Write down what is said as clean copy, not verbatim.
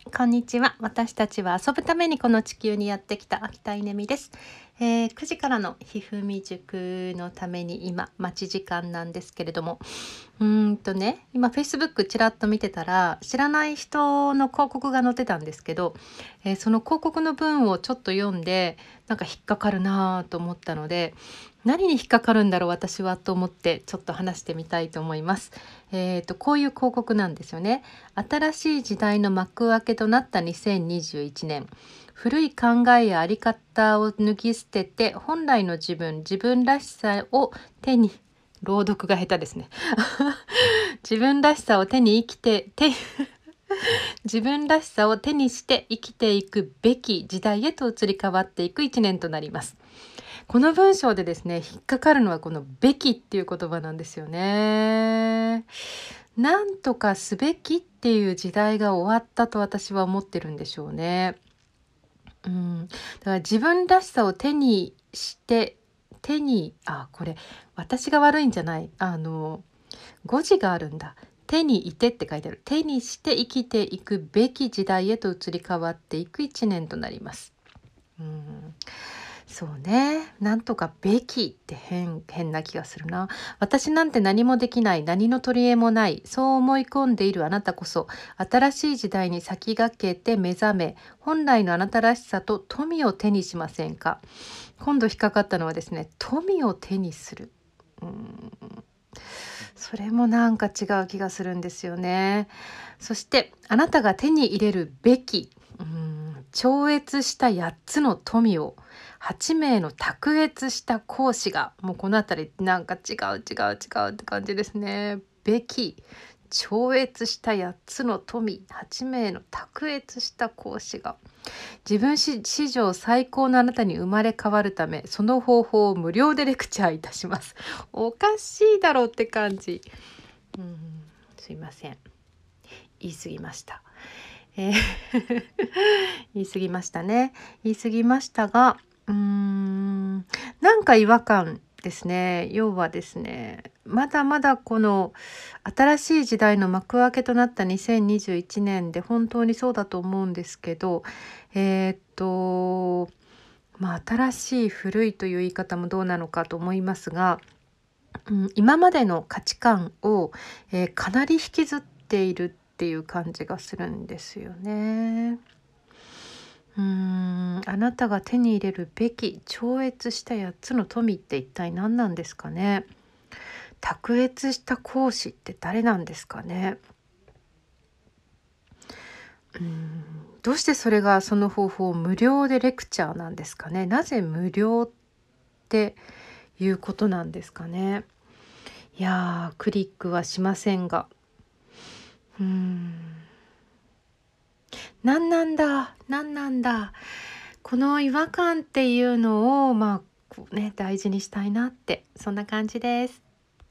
こんにちは。私たちは遊ぶためにこの地球にやってきた秋田稲美です。9時からのひふみ塾のために今待ち時間なんですけれども、今 Facebook ちらっと見てたら知らない人の広告が載ってたんですけど、その広告の文をちょっと読んでなんか引っかかるなと思ったので、何に引っかかるんだろう私はと思ってちょっと話してみたいと思います。こういう広告なんですよね。新しい時代の幕開けとなった2021年、古い考えやあり方を脱ぎ捨てて本来の自分らしさを手に朗読が下手ですね自分らしさを手に自分らしさを手にして生きていくべき時代へと移り変わっていく1年となります。この文章でですね、引っかかるのはこのべきっていう言葉なんですよね。なんとかすべきっていう時代が終わったと私は思ってるんでしょうね。だから自分らしさを手にしてこれ私が悪いんじゃない、語字があるんだ。手にいてって書いてある。手にして生きていくべき時代へと移り変わっていく1年となります。そうね。なんとかべきって変な気がするな。私なんて何もできない、何の取り柄もない、そう思い込んでいるあなたこそ、新しい時代に先駆けて目覚め、本来のあなたらしさと富を手にしませんか。今度引っかかったのはですね、富を手にする。それもなんか違う気がするんですよね。そしてあなたが手に入れるべき、超越した8つの富を8名の卓越した講師が、もうこのあたりなんか違うって感じですね。べき、超越した8つの富、8名の卓越した講師が自分史上最高のあなたに生まれ変わるため、その方法を無料でレクチャーいたします。おかしいだろうって感じ。すいません。言い過ぎました。言い過ぎましたね。言い過ぎましたが、なんか違和感ですね。要はですね、まだまだこの新しい時代の幕開けとなった2021年で本当にそうだと思うんですけど、新しい古いという言い方もどうなのかと思いますが、今までの価値観を、かなり引きずっているっていう感じがするんですよね。あなたが手に入れるべき超越した8つの富って一体何なんですかね。卓越した講師って誰なんですかね。どうしてそれがその方法を無料でレクチャーなんですかね。なぜ無料っていうことなんですかね。いやー、クリックはしませんが、なんなんだこの違和感っていうのを大事にしたいなって、そんな感じです。